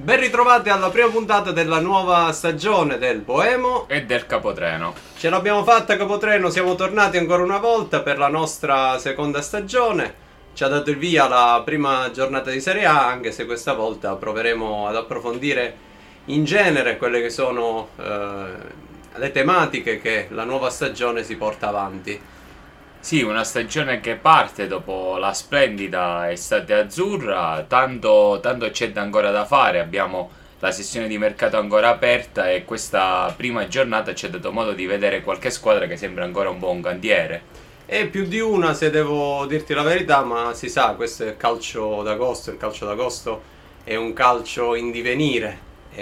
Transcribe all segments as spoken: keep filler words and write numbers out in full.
Ben ritrovati alla prima puntata della nuova stagione del Boemo e del Capotreno. Ce l'abbiamo fatta Capotreno, siamo tornati ancora una volta per la nostra seconda stagione. Ci ha dato il via la prima giornata di Serie A, anche se questa volta proveremo ad approfondire in genere quelle che sono eh, le tematiche che la nuova stagione si porta avanti. Sì, una stagione che parte dopo la splendida estate azzurra, tanto, tanto c'è ancora da fare, abbiamo la sessione di mercato ancora aperta e questa prima giornata ci ha dato modo di vedere qualche squadra che sembra ancora un po' un cantiere. E più di una, se devo dirti la verità, ma si sa, questo è il calcio d'agosto, il calcio d'agosto è un calcio in divenire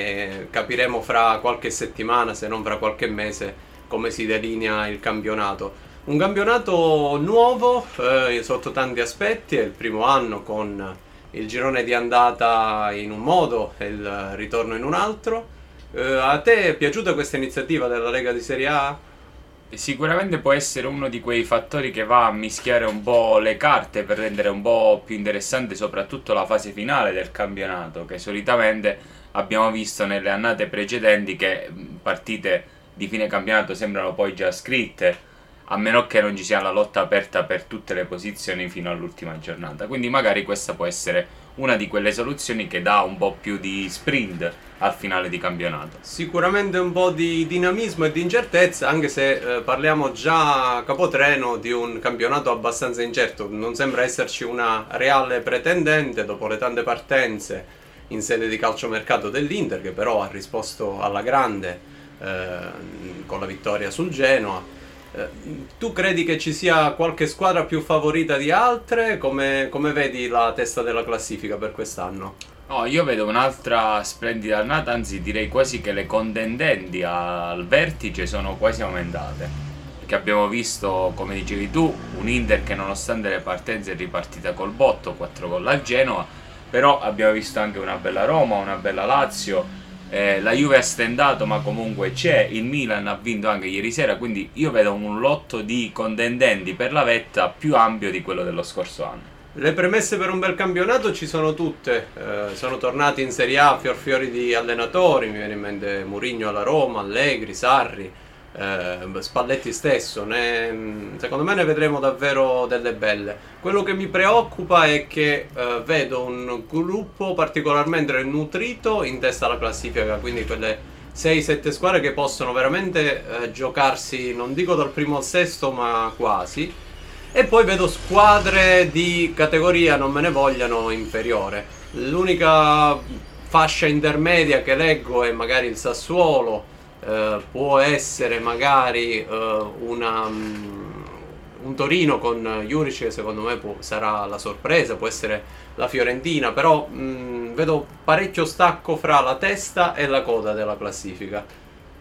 e capiremo fra qualche settimana, se non fra qualche mese, come si delinea il campionato. Un campionato nuovo eh, sotto tanti aspetti, è il primo anno con il girone di andata in un modo e il ritorno in un altro. Eh, a te è piaciuta questa iniziativa della Lega di Serie A? Sicuramente può essere uno di quei fattori che va a mischiare un po' le carte per rendere un po' più interessante soprattutto la fase finale del campionato, che solitamente abbiamo visto nelle annate precedenti che partite di fine campionato sembrano poi già scritte, a meno che non ci sia la lotta aperta per tutte le posizioni fino all'ultima giornata. Quindi magari questa può essere una di quelle soluzioni che dà un po' più di sprint al finale di campionato. Sicuramente un po' di dinamismo e di incertezza, anche se eh, parliamo già a capotreno di un campionato abbastanza incerto. Non sembra esserci una reale pretendente dopo le tante partenze in sede di calciomercato dell'Inter, che però ha risposto alla grande eh, con la vittoria sul Genoa. Eh, tu credi che ci sia qualche squadra più favorita di altre? Come, come vedi la testa della classifica per quest'anno? No, io vedo un'altra splendida annata, anzi direi quasi che le contendenti al vertice sono quasi aumentate. Perché abbiamo visto, come dicevi tu, un Inter che nonostante le partenze è ripartita col botto, quattro gol al Genoa, però abbiamo visto anche una bella Roma, una bella Lazio. Eh, la Juve ha stendato ma comunque c'è, il Milan ha vinto anche ieri sera, quindi io vedo un lotto di contendenti per la vetta più ampio di quello dello scorso anno. Le premesse per un bel campionato ci sono tutte, eh, sono tornati in Serie A fior fiori di allenatori, mi viene in mente Mourinho alla Roma, Allegri, Sarri, eh, Spalletti stesso, ne, secondo me ne vedremo davvero delle belle. Quello che mi preoccupa è che eh, vedo un gruppo particolarmente nutrito in testa alla classifica, quindi quelle sei sette squadre che possono veramente eh, giocarsi, non dico dal primo al sesto, ma quasi. E poi vedo squadre di categoria, non me ne vogliano, inferiore. L'unica fascia intermedia che leggo è magari il Sassuolo, eh, può essere magari eh, una, um, un Torino con Juric che secondo me può, sarà la sorpresa, può essere la Fiorentina, però mh, vedo parecchio stacco fra la testa e la coda della classifica.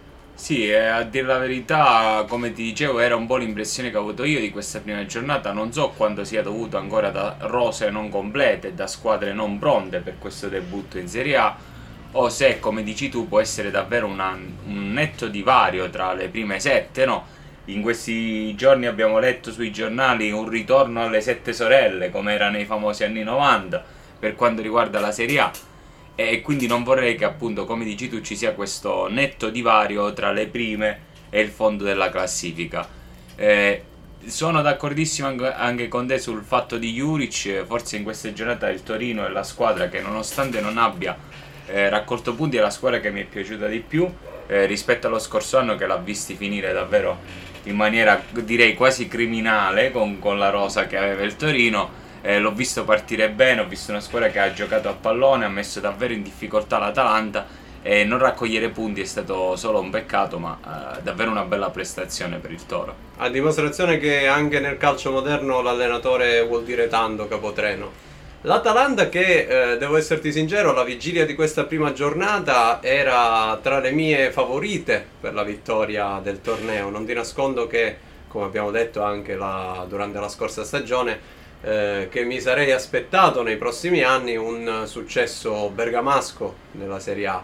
Sì, e a dire la verità, come ti dicevo, era un po' l'impressione che ho avuto io di questa prima giornata. Non so quanto sia dovuto ancora da rose non complete, da squadre non pronte per questo debutto in Serie A, o se, come dici tu, può essere davvero una, un netto divario tra le prime sette, no? In questi giorni abbiamo letto sui giornali un ritorno alle sette sorelle, come era nei famosi anni novanta, per quanto riguarda la Serie A. E quindi non vorrei che, appunto, come dici tu, ci sia questo netto divario tra le prime e il fondo della classifica. Eh, sono d'accordissimo anche con te sul fatto di Juric. Forse in queste giornate il Torino è la squadra che, nonostante non abbia eh, raccolto punti, è la squadra che mi è piaciuta di più eh, rispetto allo scorso anno, che l'ha visti finire davvero in maniera, direi, quasi criminale con, con la rosa che aveva il Torino. Eh, l'ho visto partire bene, ho visto una squadra che ha giocato a pallone, ha messo davvero in difficoltà l'Atalanta e non raccogliere punti è stato solo un peccato, ma eh, davvero una bella prestazione per il Toro. A dimostrazione che anche nel calcio moderno l'allenatore vuol dire tanto, Capotreno. L'Atalanta che, eh, devo esserti sincero, alla vigilia di questa prima giornata era tra le mie favorite per la vittoria del torneo. Non ti nascondo che, come abbiamo detto anche la, durante la scorsa stagione, Eh, che mi sarei aspettato nei prossimi anni un successo bergamasco nella Serie A.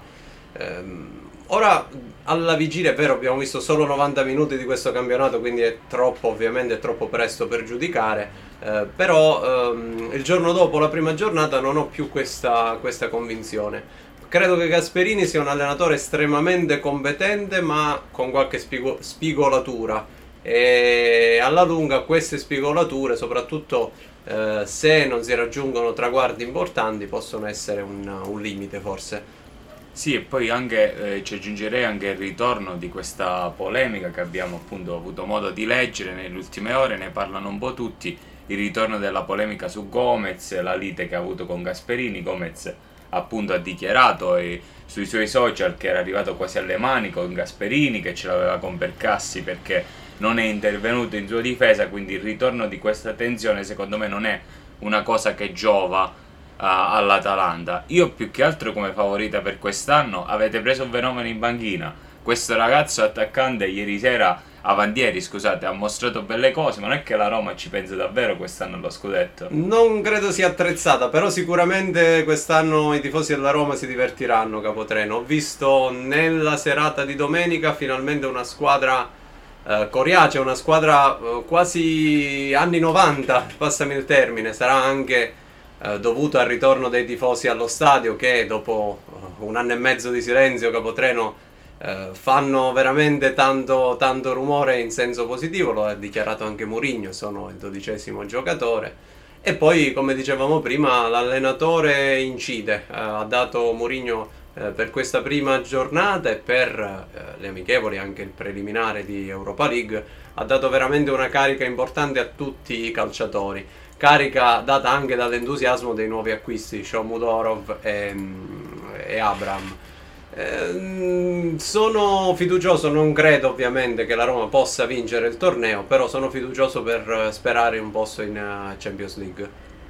Ehm, ora, alla vigilia, è vero, abbiamo visto solo novanta minuti di questo campionato, quindi è troppo, ovviamente è troppo presto per giudicare, eh, però ehm, il giorno dopo la prima giornata non ho più questa, questa convinzione. credo che Gasperini sia un allenatore estremamente competente, ma con qualche spigo- spigolatura. E alla lunga queste spigolature, soprattutto eh, se non si raggiungono traguardi importanti, possono essere un, un limite forse. Sì, e poi anche eh, ci aggiungerei anche il ritorno di questa polemica che abbiamo appunto avuto modo di leggere nelle ultime ore, ne parlano un po' tutti, il ritorno della polemica su Gomez, la lite che ha avuto con Gasperini. Gomez appunto ha dichiarato eh, sui suoi social che era arrivato quasi alle mani con Gasperini, che ce l'aveva con Percassi perché non è intervenuto in sua difesa, quindi il ritorno di questa tensione secondo me non è una cosa che giova all'Atalanta. Io più che altro come favorita per quest'anno avete preso un fenomeno in banchina. Questo ragazzo attaccante ieri sera, avantieri scusate, ha mostrato belle cose, ma non è che la Roma ci pensa davvero quest'anno allo scudetto. Non credo sia attrezzata, però sicuramente quest'anno i tifosi della Roma si divertiranno, Capotreno. Ho visto nella serata di domenica finalmente una squadra eh, coriacea, una squadra eh, quasi anni novanta, passami il termine. Sarà anche eh, dovuto al ritorno dei tifosi allo stadio che dopo uh, un anno e mezzo di silenzio, Capotreno, eh, fanno veramente tanto, tanto rumore in senso positivo. Lo ha dichiarato anche Mourinho, sono il dodicesimo giocatore. E poi, come dicevamo prima, l'allenatore incide. Eh, ha dato Mourinho eh, per questa prima giornata e per eh, le amichevoli, anche il preliminare di Europa League, ha dato veramente una carica importante a tutti i calciatori. Carica data anche dall'entusiasmo dei nuovi acquisti, Shomurodov e, e Abraham. Eh, sono fiducioso, non credo ovviamente che la Roma possa vincere il torneo, però sono fiducioso per sperare un posto in uh, Champions League.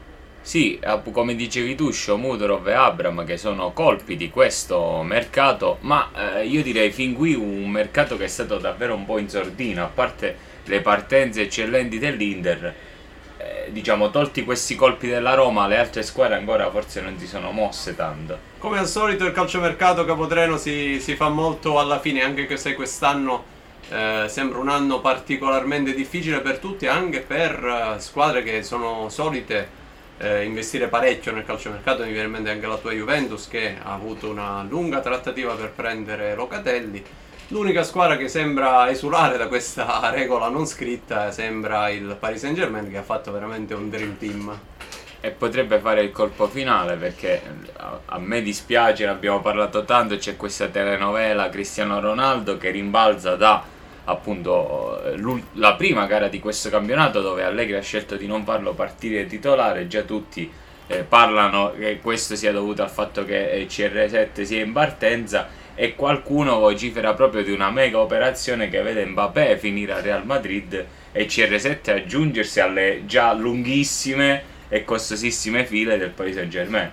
Sì, come dicevi tu, Shomurodov e Abraham che sono colpi di questo mercato, ma eh, io direi fin qui un mercato che è stato davvero un po' in sordina, a parte le partenze eccellenti dell'Inter. Eh, diciamo, tolti questi colpi della Roma, le altre squadre ancora forse non si sono mosse tanto. Come al solito il calciomercato, Capotreno, si, si fa molto alla fine, anche se quest'anno eh, sembra un anno particolarmente difficile per tutti, anche per eh, squadre che sono solite eh, investire parecchio nel calciomercato. Mi viene in mente anche la tua Juventus, che ha avuto una lunga trattativa per prendere Locatelli. L'unica squadra che sembra esulare da questa regola non scritta sembra il Paris Saint-Germain, che ha fatto veramente un dream team. E potrebbe fare il colpo finale, perché a, a me dispiace, ne abbiamo parlato tanto, c'è questa telenovela Cristiano Ronaldo che rimbalza da appunto la prima gara di questo campionato, dove Allegri ha scelto di non farlo partire titolare. Già tutti eh, parlano che questo sia dovuto al fatto che C R sette sia in partenza, e qualcuno vocifera proprio di una mega operazione che vede Mbappé finire al Real Madrid e C R sette aggiungersi alle già lunghissime e costosissime file del Paris Saint-Germain.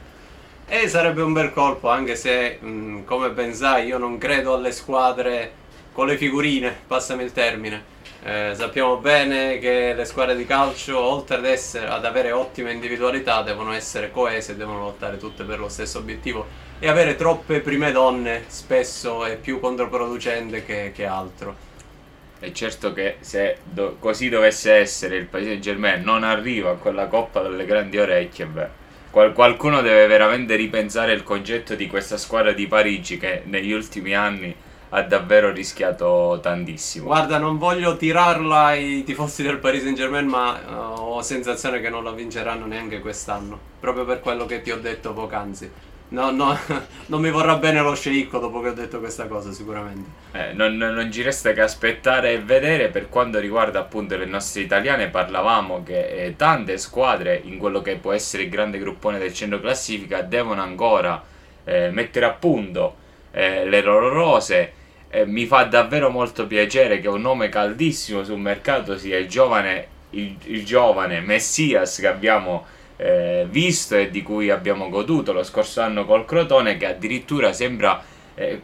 E sarebbe un bel colpo, anche se mh, come ben sai io non credo alle squadre con le figurine, passami il termine. Eh, sappiamo bene che le squadre di calcio, oltre ad, essere, ad avere ottime individualità, devono essere coese, devono lottare tutte per lo stesso obiettivo, e avere troppe prime donne spesso è più controproducente che, che altro. È certo che se do- così dovesse essere, il Paris Saint-Germain non arriva a quella coppa dalle grandi orecchie, beh, qual- qualcuno deve veramente ripensare il concetto di questa squadra di Parigi che negli ultimi anni ha davvero rischiato tantissimo. Guarda, non voglio tirarla ai tifosi del Paris Saint-Germain, ma uh, ho sensazione che non la vinceranno neanche quest'anno, proprio per quello che ti ho detto poc'anzi. No, no, non mi vorrà bene lo sceicco dopo che ho detto questa cosa, sicuramente. Eh, non, non ci resta che aspettare e vedere. Per quanto riguarda appunto le nostre italiane, parlavamo che eh, tante squadre in quello che può essere il grande gruppone del centro classifica devono ancora eh, mettere a punto eh, le loro rose. Eh, mi fa davvero molto piacere che un nome caldissimo sul mercato sia il giovane, il, il giovane Messias che abbiamo Eh, visto e di cui abbiamo goduto lo scorso anno col Crotone, che addirittura sembra eh,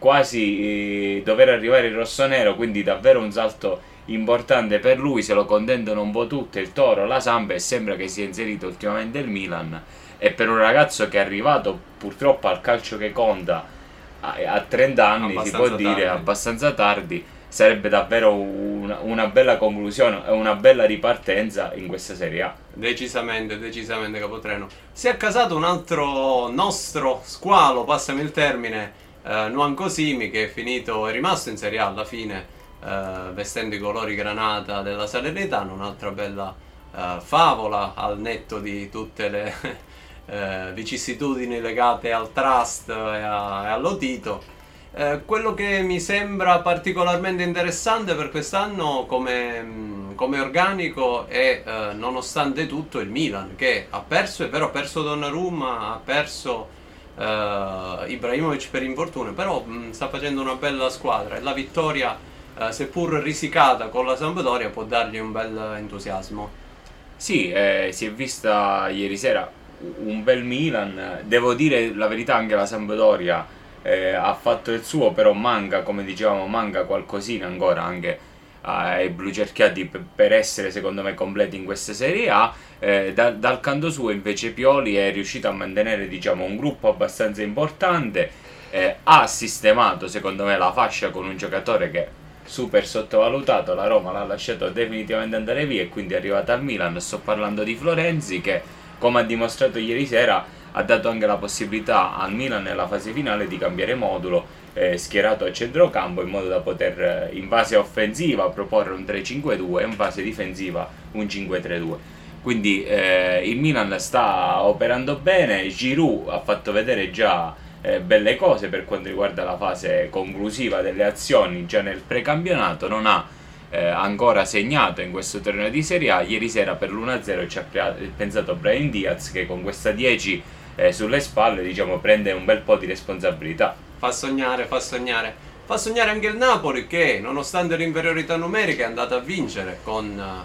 quasi eh, dover arrivare il rossonero, quindi davvero un salto importante per lui. Se lo contendono un po' tutte, il Toro, la Samp, e sembra che sia inserito ultimamente il Milan. E per un ragazzo che è arrivato purtroppo al calcio che conta a, a trenta anni, si può dire tardi. abbastanza tardi, sarebbe davvero un una, una bella conclusione e una bella ripartenza in questa Serie A. Decisamente, decisamente Capotreno. Si è accasato un altro nostro squalo, passami il termine, eh, Nuanco Simi, che è finito, è rimasto in Serie A alla fine, eh, vestendo i colori granata della Salernitana, un'altra bella eh, favola al netto di tutte le eh, vicissitudini legate al trust e, a, e allo Tito. Eh, quello che mi sembra particolarmente interessante per quest'anno come, come organico è, eh, nonostante tutto, il Milan, che ha perso, è vero, ha perso Donnarumma, ha perso eh, Ibrahimovic per infortunio, però mh, sta facendo una bella squadra e la vittoria, eh, seppur risicata con la Sampdoria, può dargli un bel entusiasmo. Sì, eh, si è vista ieri sera un bel Milan, devo dire la verità, anche la Sampdoria Eh, ha fatto il suo, però manca, come dicevamo, manca qualcosina ancora anche ai blucerchiati p- per essere secondo me completi in questa Serie A. Eh, da- dal canto suo invece Pioli è riuscito a mantenere, diciamo, un gruppo abbastanza importante, eh, ha sistemato secondo me la fascia con un giocatore che è super sottovalutato, la Roma l'ha lasciato definitivamente andare via e quindi è arrivata al Milan. Sto parlando di Florenzi che, come ha dimostrato ieri sera, ha dato anche la possibilità al Milan nella fase finale di cambiare modulo, eh, schierato a centrocampo, in modo da poter, eh, in fase offensiva, proporre un tre cinque due e in fase difensiva un cinque tre due. Quindi eh, il Milan sta operando bene. Giroud ha fatto vedere già eh, belle cose per quanto riguarda la fase conclusiva delle azioni già nel precampionato. Non ha eh, ancora segnato in questo torneo di Serie A. Ieri sera per l'uno a zero ci ha pensato Brahim Diaz, che con questa dieci Eh, sulle spalle, diciamo, prende un bel po' di responsabilità. Fa sognare, fa sognare. Fa sognare anche il Napoli che, nonostante l'inferiorità numerica, è andato a vincere con,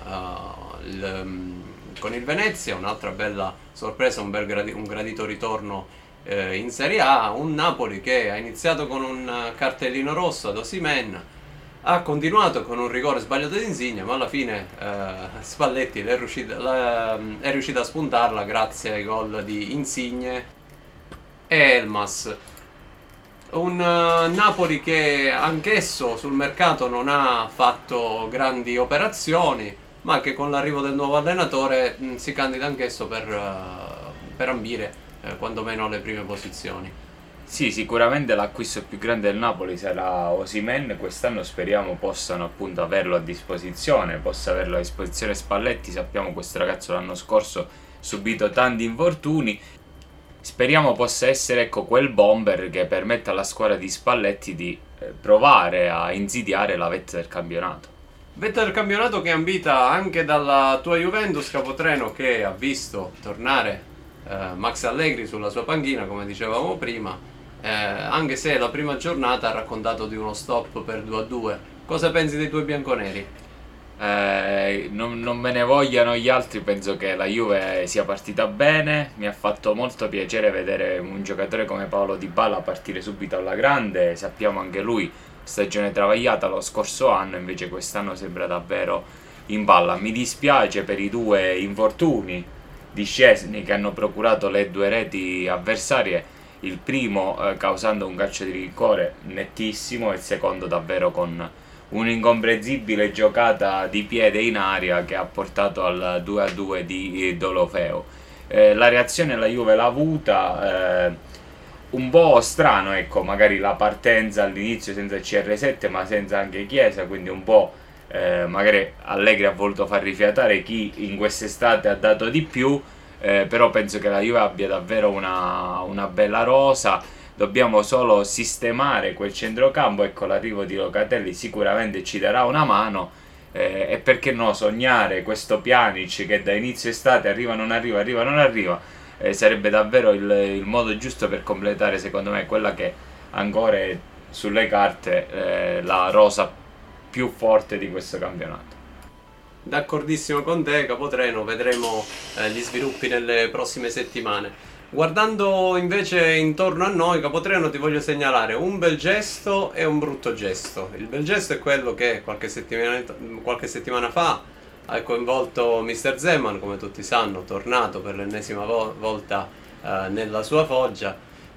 uh, il, um, con il Venezia, un'altra bella sorpresa, un, bel gradi- un gradito ritorno eh, in Serie A. Un Napoli che ha iniziato con un cartellino rosso ad Osimhen, ha continuato con un rigore sbagliato di Insigne, ma alla fine eh, Spalletti è riuscito, la, è riuscito a spuntarla grazie ai gol di Insigne e Elmas. Un uh, Napoli che anch'esso sul mercato non ha fatto grandi operazioni, ma che con l'arrivo del nuovo allenatore mh, si candida anch'esso per, uh, per ambire eh, quantomeno alle prime posizioni. Sì, sicuramente l'acquisto più grande del Napoli sarà Osimhen. Quest'anno speriamo possano appunto averlo a disposizione, possa averlo a disposizione Spalletti. Sappiamo che questo ragazzo l'anno scorso ha subito tanti infortuni. Speriamo possa essere, ecco, quel bomber che permetta alla squadra di Spalletti di eh, provare a insidiare la vetta del campionato. Vetta del campionato che è ambita anche dalla tua Juventus, Capotreno, che ha visto tornare eh, Max Allegri sulla sua panchina, come dicevamo prima. Eh, anche se la prima giornata ha raccontato di uno stop per due a due. Cosa pensi dei tuoi bianconeri? Eh, non, non me ne vogliano gli altri, penso che la Juve sia partita bene. Mi ha fatto molto piacere vedere un giocatore come Paolo Dybala partire subito alla grande. Sappiamo anche lui, stagione travagliata lo scorso anno, invece quest'anno sembra davvero in palla. Mi dispiace per i due infortuni di Szczesny che hanno procurato le due reti avversarie. Il primo eh, causando un calcio di rigore nettissimo e il secondo davvero con un'incomprensibile giocata di piede in aria che ha portato al due a due di Deulofeu. Eh, la reazione la Juve l'ha avuta, eh, un po' strano, ecco, magari la partenza all'inizio senza C R sette ma senza anche Chiesa, quindi un po' eh, magari Allegri ha voluto far rifiatare chi in quest'estate ha dato di più. Eh, però penso che la Juve abbia davvero una, una bella rosa. Dobbiamo solo sistemare quel centrocampo. Ecco, l'arrivo di Locatelli sicuramente ci darà una mano, eh, e perché no sognare questo Pjanic che da inizio estate arriva non arriva, arriva non arriva. Eh, sarebbe davvero il, il modo giusto per completare, secondo me, quella che ancora è sulle carte eh, la rosa più forte di questo campionato. D'accordissimo con te, Capotreno, vedremo eh, gli sviluppi nelle prossime settimane. Guardando invece intorno a noi, Capotreno, ti voglio segnalare un bel gesto e un brutto gesto. Il bel gesto è quello che qualche settimana, qualche settimana fa ha coinvolto mister Zeman, come tutti sanno, tornato per l'ennesima vo- volta eh, nella sua foggia.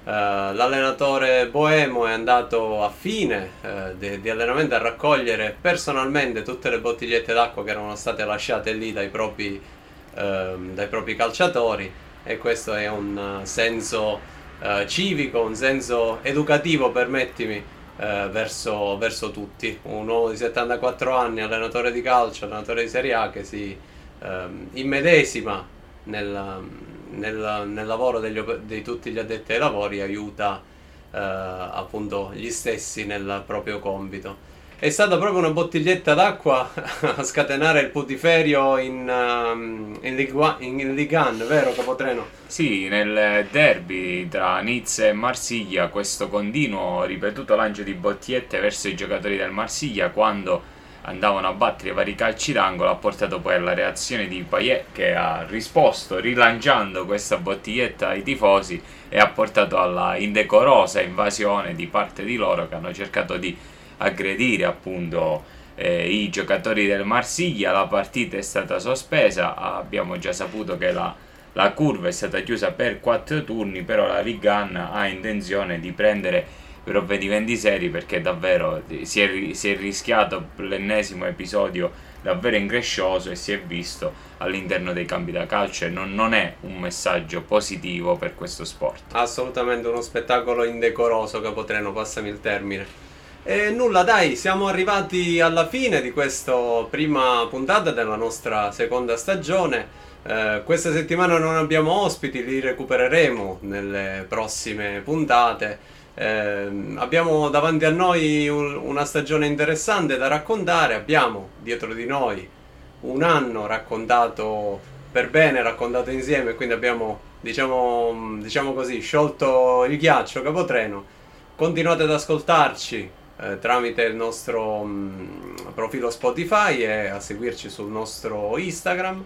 l'allenatore Boemo è andato a fine uh, di, di allenamento a raccogliere personalmente tutte le bottigliette d'acqua che erano state lasciate lì dai propri, uh, dai propri calciatori, e questo è un uh, senso uh, civico, un senso educativo, permettimi, uh, verso, verso tutti. Un uomo di settantaquattro anni, allenatore di calcio, allenatore di Serie A, che si uh, immedesima nel, nel, nel lavoro degli, di tutti gli addetti ai lavori, aiuta uh, appunto gli stessi nel proprio compito. È stata proprio una bottiglietta d'acqua a scatenare il putiferio in, um, in, Ligue, in, in Ligue uno, vero Capotreno? Sì, nel derby tra Nizza e Marsiglia, questo continuo ripetuto lancio di bottigliette verso i giocatori del Marsiglia quando andavano a battere vari calci d'angolo ha portato poi alla reazione di Payet, che ha risposto rilanciando questa bottiglietta ai tifosi, e ha portato alla indecorosa invasione di parte di loro che hanno cercato di aggredire appunto eh, i giocatori del Marsiglia. La partita è stata sospesa, abbiamo già saputo che la, la curva è stata chiusa per quattro turni, però la Ligue uno ha intenzione di prendere provvedimenti seri, perché davvero si è, si è rischiato l'ennesimo episodio davvero increscioso e si è visto all'interno dei campi da calcio, e non, non è un messaggio positivo per questo sport. Assolutamente uno spettacolo indecoroso, Capotreno, passami il termine. E nulla, dai, siamo arrivati alla fine di questa prima puntata della nostra seconda stagione. Eh, questa settimana non abbiamo ospiti, li recupereremo nelle prossime puntate. Eh, abbiamo davanti a noi un, una stagione interessante da raccontare. Abbiamo dietro di noi un anno raccontato per bene, raccontato insieme, quindi abbiamo, diciamo, diciamo così, sciolto il ghiaccio, Capotreno. Continuate ad ascoltarci eh, tramite il nostro mh, profilo Spotify e a seguirci sul nostro Instagram,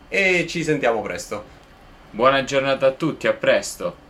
e ci sentiamo presto. Buona giornata a tutti, a presto.